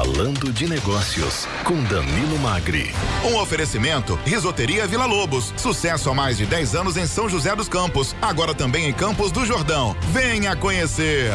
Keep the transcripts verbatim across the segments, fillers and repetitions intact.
Falando de Negócios, com Danilo Magri. Um oferecimento, Risoteria Vila Lobos. Sucesso há mais de dez anos em São José dos Campos. Agora também em Campos do Jordão. Venha conhecer.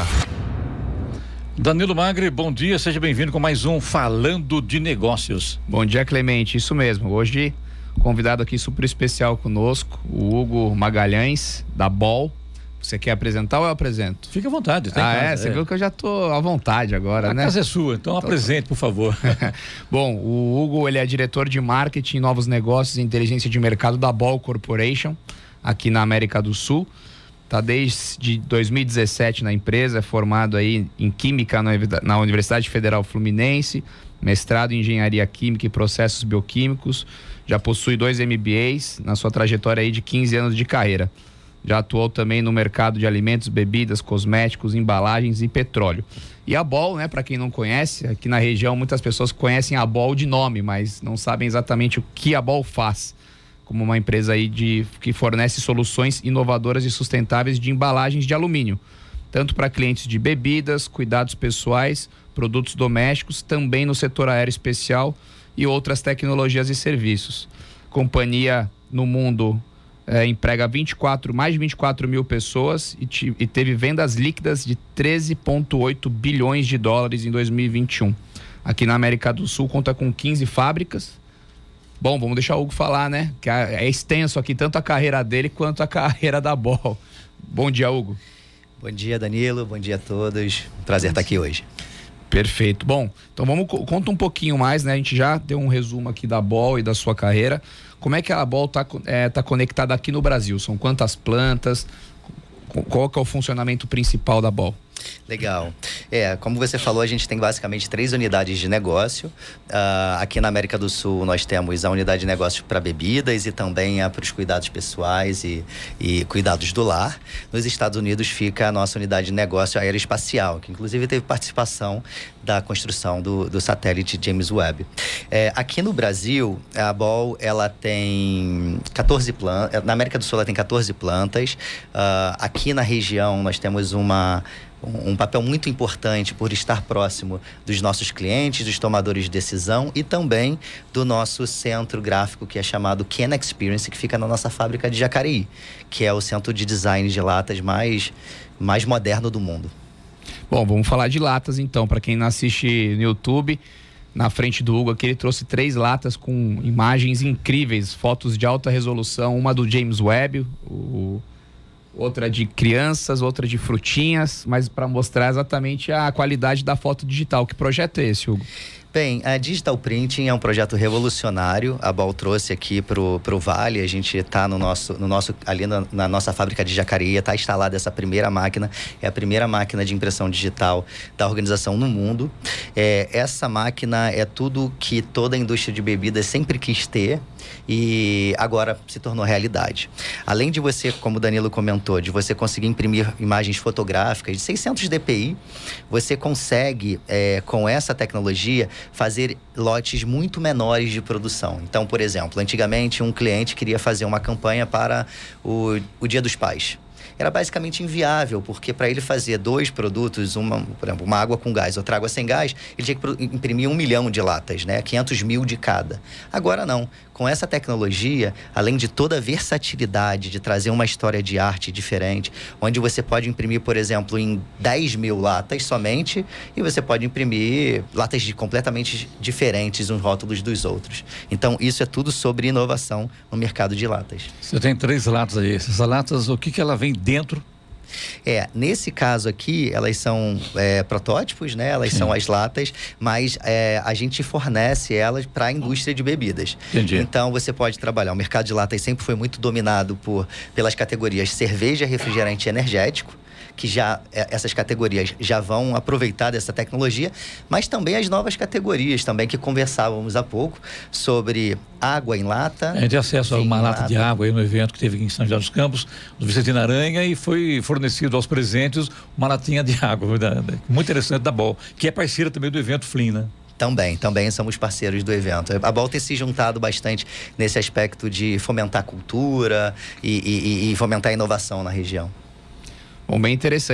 Danilo Magri, bom dia, seja bem-vindo com mais um Falando de Negócios. Bom dia, Clemente, isso mesmo. Hoje, convidado aqui super especial conosco, o Hugo Magalhães, da Ball. Você quer apresentar ou eu apresento? Fique à vontade. Tá ah, casa, é? Você é. viu que eu já tô à vontade agora, a né? A casa é sua, então tô... apresente, por favor. Bom, o Hugo, ele é diretor de Marketing, Novos Negócios e Inteligência de Mercado da Ball Corporation, aqui na América do Sul. Tá desde dois mil e dezessete na empresa, é formado aí em Química na Universidade Federal Fluminense, mestrado em Engenharia Química e Processos Bioquímicos, já possui dois M B As na sua trajetória aí de quinze anos de carreira. Já atuou também no mercado de alimentos, bebidas, cosméticos, embalagens e petróleo. E a Ball, né, para quem não conhece, aqui na região muitas pessoas conhecem a Ball de nome, mas não sabem exatamente o que a Ball faz, como uma empresa aí de, que fornece soluções inovadoras e sustentáveis de embalagens de alumínio, tanto para clientes de bebidas, cuidados pessoais, produtos domésticos, também no setor aeroespacial e outras tecnologias e serviços. Companhia no mundo É, emprega vinte e quatro, mais de vinte e quatro mil pessoas e, te, e teve vendas líquidas de treze vírgula oito bilhões de dólares em dois mil e vinte e um. Aqui na América do Sul conta com quinze fábricas. Bom, vamos deixar o Hugo falar, né? Que é extenso aqui tanto a carreira dele quanto a carreira da Ball. Bom dia, Hugo. Bom dia, Danilo. Bom dia a todos. Prazer estar aqui hoje. Perfeito. Bom, então vamos, conta um pouquinho mais, né? A gente já deu um resumo aqui da Ball e da sua carreira. Como é que a Ball está é, tá conectada aqui no Brasil? São quantas plantas? Qual que é o funcionamento principal da Ball? Legal. É, como você falou, a gente tem basicamente três unidades de negócio. Uh, aqui na América do Sul nós temos a unidade de negócio para bebidas e também para os cuidados pessoais e, e cuidados do lar. Nos Estados Unidos fica a nossa unidade de negócio aeroespacial, que inclusive teve participação da construção do, do satélite James Webb. É, aqui no Brasil, a Ball ela tem quatorze plantas. Na América do Sul ela tem quatorze plantas. Uh, aqui na região nós temos uma um papel muito importante por estar próximo dos nossos clientes, dos tomadores de decisão e também do nosso centro gráfico que é chamado Can Experience, que fica na nossa fábrica de Jacareí, que é o centro de design de latas mais, mais moderno do mundo. Bom, vamos falar de latas então. Para quem não assiste no YouTube, na frente do Hugo aqui ele trouxe três latas com imagens incríveis, fotos de alta resolução, uma do James Webb, o outra de crianças, outra de frutinhas, mas para mostrar exatamente a qualidade da foto digital. Que projeto é esse, Hugo? Bem, a Digital Printing é um projeto revolucionário. A Ball trouxe aqui pro, pro Vale. A gente está no nosso, no nosso, ali na, na nossa fábrica de Jacareí, está instalada essa primeira máquina. É a primeira máquina de impressão digital da organização no mundo. É, essa máquina é tudo que toda a indústria de bebidas sempre quis ter e agora se tornou realidade. Além de você, como o Danilo comentou, de você conseguir imprimir imagens fotográficas de seiscentos D P I, você consegue, é, com essa tecnologia, fazer lotes muito menores de produção. Então, por exemplo, antigamente um cliente queria fazer uma campanha para o, o Dia dos Pais. Era basicamente inviável, porque para ele fazer dois produtos, uma, por exemplo, uma água com gás, outra água sem gás, ele tinha que imprimir um milhão de latas, né? quinhentos mil de cada. Agora não. Com essa tecnologia, além de toda a versatilidade de trazer uma história de arte diferente, onde você pode imprimir, por exemplo, em dez mil latas somente, e você pode imprimir latas de completamente diferentes uns rótulos dos outros. Então, isso é tudo sobre inovação no mercado de latas. Você tem três latas aí. Essas latas, o que que ela vem dentro? É, nesse caso aqui, elas são é, protótipos, né? Elas Sim. são as latas, mas é, a gente fornece elas para a indústria de bebidas. Entendi. Então, você pode trabalhar. O mercado de latas sempre foi muito dominado por, pelas categorias cerveja, refrigerante e energético, que já, essas categorias já vão aproveitar dessa tecnologia, mas também as novas categorias também, que conversávamos há pouco, sobre água em lata. A gente tem acesso a uma lata de água aí no evento que teve aqui em São José dos Campos, do Vicentino Aranha, e foi fornecido aos presentes uma latinha de água, muito interessante, da Ball, que é parceira também do evento Flim, né? Também, também somos parceiros do evento. A Ball tem se juntado bastante nesse aspecto de fomentar a cultura e, e, e fomentar a inovação na região. Bom, bem interessante.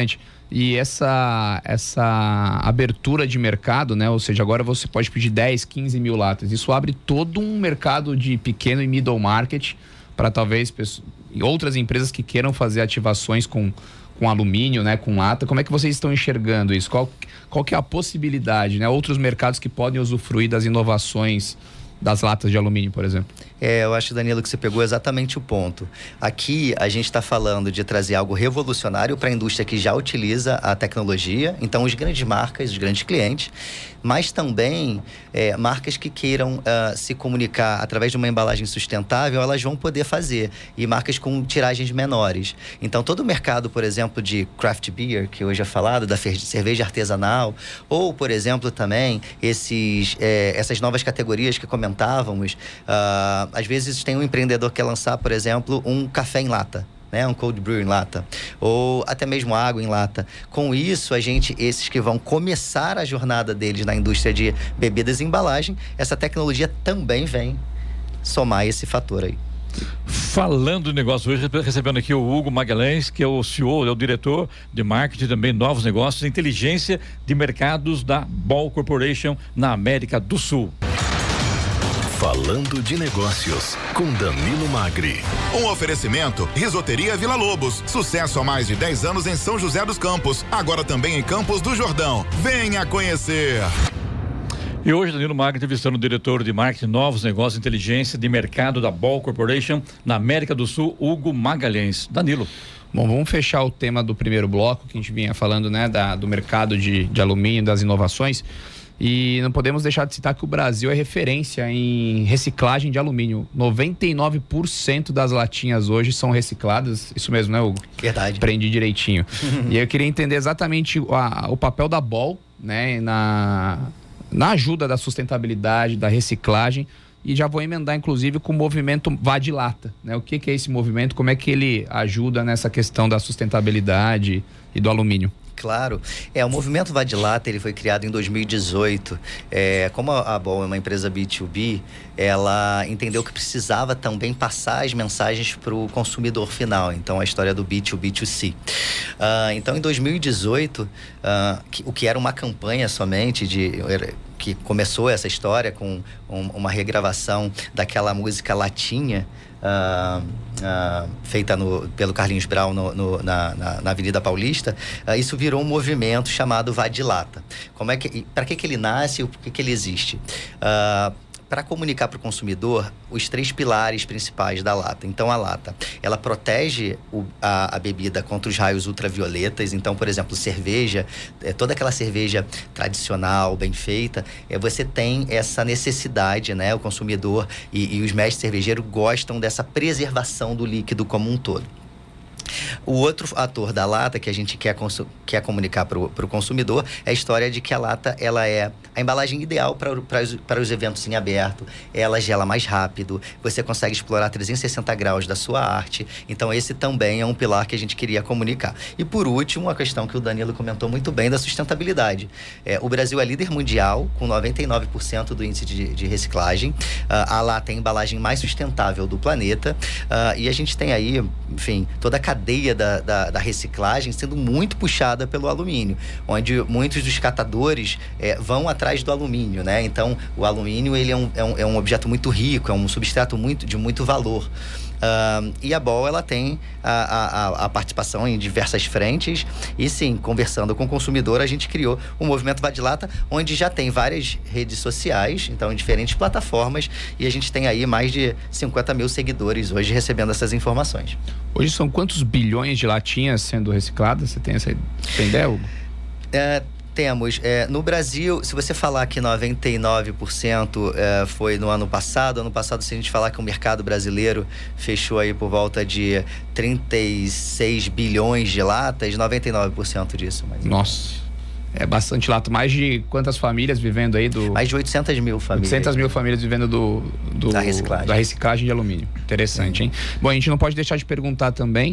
E essa, essa abertura de mercado, né? Ou seja, agora você pode pedir dez, quinze mil latas. Isso abre todo um mercado de pequeno e middle market para talvez pessoas, outras empresas que queiram fazer ativações com, com alumínio, né? Com lata. Como é que vocês estão enxergando isso? Qual, qual que é a possibilidade, né? Outros mercados que podem usufruir das inovações das latas de alumínio, por exemplo. É, eu acho, Danilo, que você pegou exatamente o ponto. Aqui a gente está falando de trazer algo revolucionário para a indústria que já utiliza a tecnologia, então os grandes marcas, os grandes clientes, mas também é, marcas que queiram uh, se comunicar através de uma embalagem sustentável, elas vão poder fazer, e marcas com tiragens menores. Então todo o mercado, por exemplo, de craft beer, que hoje é falado, da cerveja artesanal, ou, por exemplo, também esses, é, essas novas categorias que comentávamos, uh, às vezes tem um empreendedor que quer lançar, por exemplo, um café em lata, né? Um cold brew em lata, ou até mesmo água em lata. Com isso, a gente, esses que vão começar a jornada deles na indústria de bebidas e embalagem, essa tecnologia também vem somar esse fator aí. Falando do negócio hoje, recebendo aqui o Hugo Magalhães, que é o C E O, é o diretor de marketing também, novos negócios, inteligência de mercados da Ball Corporation na América do Sul. Falando de Negócios, com Danilo Magri. Um oferecimento, Risoteria Vila Lobos. Sucesso há mais de dez anos em São José dos Campos. Agora também em Campos do Jordão. Venha conhecer. E hoje, Danilo Magri entrevistando o diretor de marketing, novos negócios, inteligência de mercado da Ball Corporation na América do Sul, Hugo Magalhães. Danilo. Bom, vamos fechar o tema do primeiro bloco, que a gente vinha falando, né, da, do mercado de, de alumínio, das inovações. E não podemos deixar de citar que o Brasil é referência em reciclagem de alumínio. noventa e nove por cento das latinhas hoje são recicladas. Isso mesmo, né, Hugo? Verdade. Aprendi direitinho. E aí eu queria entender exatamente a, o papel da Ball, né, na, na ajuda da sustentabilidade, da reciclagem. E já vou emendar, inclusive, com o movimento Vá de Lata, né? O que, que é esse movimento? Como é que ele ajuda nessa questão da sustentabilidade e do alumínio? Claro. É, o movimento Vá de Lata, ele foi criado em dois mil e dezoito. É, como a Ball é uma empresa B dois B, ela entendeu que precisava também passar as mensagens para o consumidor final. Então, a história do B dois B dois C. Uh, então, em dois mil e dezoito, uh, que, o que era uma campanha somente de... que começou essa história com um, uma regravação daquela música Latinha, Uh, uh, feita no, pelo Carlinhos Brau no, no, na, na, na Avenida Paulista, uh, isso virou um movimento chamado Vá de Lata. Como é que, para que, que ele nasce e por que, que ele existe? Uh, para comunicar para o consumidor os três pilares principais da lata. Então, a lata, ela protege o, a, a bebida contra os raios ultravioletas. Então, por exemplo, cerveja, é, toda aquela cerveja tradicional, bem feita, é, você tem essa necessidade, né? O consumidor e, e os mestres cervejeiros gostam dessa preservação do líquido como um todo. O outro ator da lata que a gente quer, quer comunicar para o consumidor é a história de que a lata, ela é a embalagem ideal para os eventos em aberto. Ela gela mais rápido, você consegue explorar trezentos e sessenta graus da sua arte. Então esse também é um pilar que a gente queria comunicar. E por último, a questão que o Danilo comentou muito bem da sustentabilidade. É, o Brasil é líder mundial com noventa e nove por cento do índice de, de reciclagem. Uh, a lata é a embalagem mais sustentável do planeta. Uh, e a gente tem aí, enfim, toda a cadeia da, da, da reciclagem sendo muito puxada pelo alumínio, onde muitos dos catadores é, vão atrás do alumínio, né? Então, o alumínio, ele é um, é um, é um objeto muito rico, é um substrato muito, de muito valor. Uh, e a Ball, ela tem a, a, a participação em diversas frentes e sim, conversando com o consumidor, a gente criou o movimento Vá de Lata, onde já tem várias redes sociais, então em diferentes plataformas, e a gente tem aí mais de cinquenta mil seguidores hoje recebendo essas informações. Hoje são quantos bilhões de latinhas sendo recicladas? Você tem essa tem ideia, Hugo? É, temos. É, no Brasil, se você falar que noventa e nove por cento é, foi no ano passado, ano passado, se a gente falar que o mercado brasileiro fechou aí por volta de trinta e seis bilhões de latas, noventa e nove por cento disso. Mais Nossa, é bastante lata. Mais de quantas famílias vivendo aí do... Mais de oitocentas mil famílias. oitocentas mil famílias vivendo do, do, da, reciclagem. da reciclagem de alumínio. Interessante, uhum. hein? Bom, a gente não pode deixar de perguntar também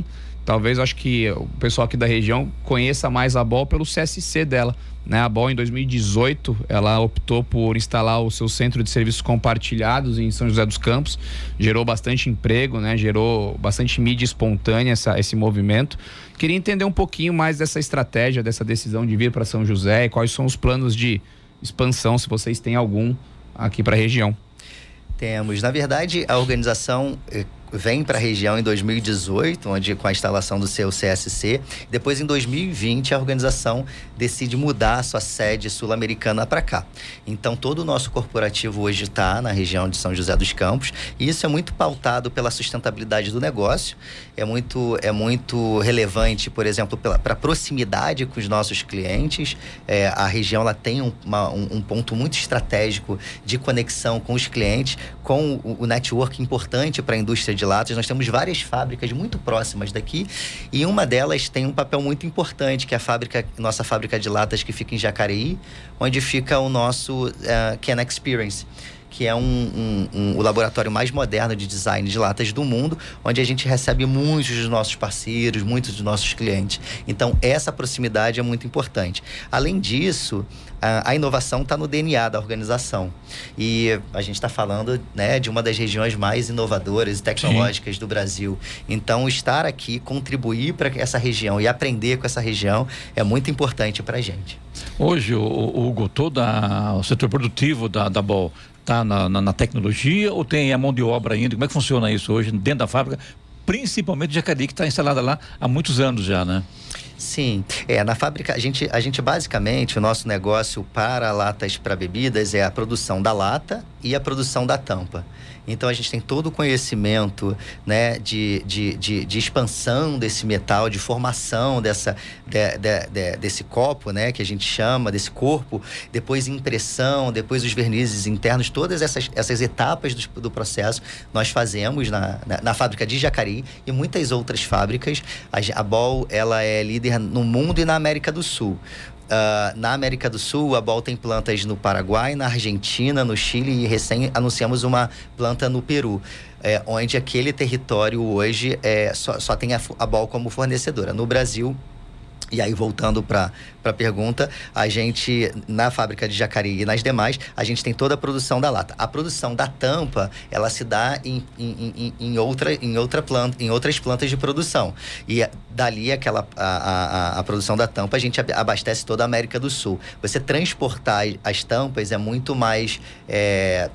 talvez acho que o pessoal aqui da região conheça mais a Ball pelo C S C dela, né? A Ball em dois mil e dezoito, ela optou por instalar o seu centro de serviços compartilhados em São José dos Campos, gerou bastante emprego, né? Gerou bastante mídia espontânea essa, esse movimento. Queria entender um pouquinho mais dessa estratégia, dessa decisão de vir para São José e quais são os planos de expansão, se vocês têm algum aqui para a região. Temos. Na verdade, a organização vem para a região em dois mil e dezoito, onde com a instalação do seu C S C. Depois, em dois mil e vinte, a organização decide mudar a sua sede sul-americana para cá. Então, todo o nosso corporativo hoje está na região de São José dos Campos, e isso é muito pautado pela sustentabilidade do negócio, é muito, é muito relevante, por exemplo, para a proximidade com os nossos clientes. É, a região ela tem um, uma, um, um ponto muito estratégico de conexão com os clientes, com o, o network importante para a indústria de latas. Nós temos várias fábricas muito próximas daqui, e uma delas tem um papel muito importante, que é a fábrica, nossa fábrica de latas que fica em Jacareí, onde fica o nosso uh, Can Experience, que é um, um, um, o laboratório mais moderno de design de latas do mundo, onde a gente recebe muitos dos nossos parceiros, muitos dos nossos clientes. Então, essa proximidade é muito importante. Além disso, a, a inovação está no D N A da organização. E a gente está falando, né, de uma das regiões mais inovadoras e tecnológicas Sim. do Brasil. Então, estar aqui, contribuir para essa região e aprender com essa região é muito importante para a gente. Hoje, o, o Hugo, todo a, o setor produtivo da, da Ball está na, na, na tecnologia, ou tem a mão de obra ainda? Como é que funciona isso hoje dentro da fábrica, principalmente de Jacareí, que está instalada lá há muitos anos já, né? Sim, é, na fábrica a gente, a gente basicamente, o nosso negócio para latas para bebidas é a produção da lata e a produção da tampa. Então a gente tem todo o conhecimento, né, de, de, de, de expansão desse metal, de formação dessa, de, de, de, desse copo, né, que a gente chama, desse corpo, depois impressão, depois os vernizes internos, todas essas, essas etapas do, do processo nós fazemos na, na, na fábrica de Jacareí e muitas outras fábricas. A, a Ball, ela é líder no mundo e na América do Sul. Uh, na América do Sul, a Ball tem plantas no Paraguai, na Argentina, no Chile, e recém anunciamos uma planta no Peru, é, onde aquele território hoje é, só, só tem a, a Ball como fornecedora. No Brasil, e aí voltando para a pergunta, a gente, na fábrica de Jacareí e nas demais, a gente tem toda a produção da lata. A produção da tampa, ela se dá em, em, em, em, outra, em, outra planta, em outras plantas de produção. E dali, aquela, a, a, a produção da tampa, a gente abastece toda a América do Sul. Você transportar as tampas é muito mais... É,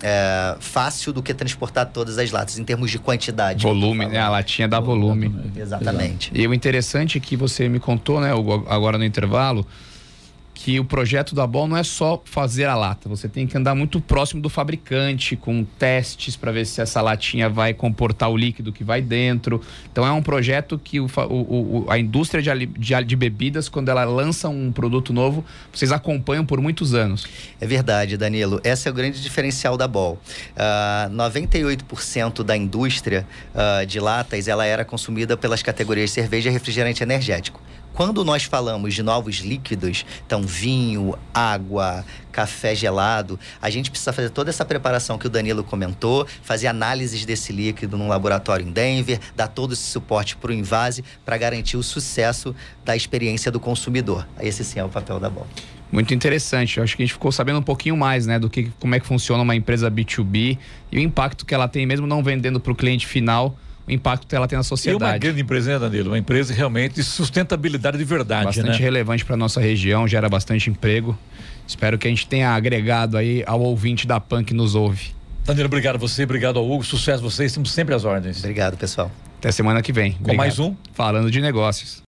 É, fácil do que transportar todas as latas em termos de quantidade. Volume, né? A latinha dá volume. Exatamente. E o interessante é que você me contou, né, Hugo, agora no intervalo, que o projeto da Ball não é só fazer a lata, você tem que andar muito próximo do fabricante, com testes para ver se essa latinha vai comportar o líquido que vai dentro. Então é um projeto que o, o, a indústria de, de, de bebidas, quando ela lança um produto novo, vocês acompanham por muitos anos. É verdade, Danilo. Esse é o grande diferencial da Ball. Uh, noventa e oito por cento da indústria uh, de latas, ela era consumida pelas categorias cerveja e refrigerante energético. Quando nós falamos de novos líquidos, então vinho, água, café gelado, a gente precisa fazer toda essa preparação que o Danilo comentou, fazer análises desse líquido num laboratório em Denver, dar todo esse suporte para o Invase para garantir o sucesso da experiência do consumidor. Esse sim é o papel da Ball. Muito interessante. Eu acho que a gente ficou sabendo um pouquinho mais, né, do que, como é que funciona uma empresa B dois B e o impacto que ela tem, mesmo não vendendo para o cliente final, o impacto que ela tem na sociedade. E uma grande empresa, né, Danilo? Uma empresa realmente de sustentabilidade de verdade, bastante né? relevante para nossa região, gera bastante emprego. Espero que a gente tenha agregado aí ao ouvinte da P A N que nos ouve. Danilo, obrigado a você, obrigado ao Hugo, sucesso a vocês, estamos sempre às ordens. Obrigado, pessoal. Até semana que vem. Com Obrigado. mais um Falando de Negócios.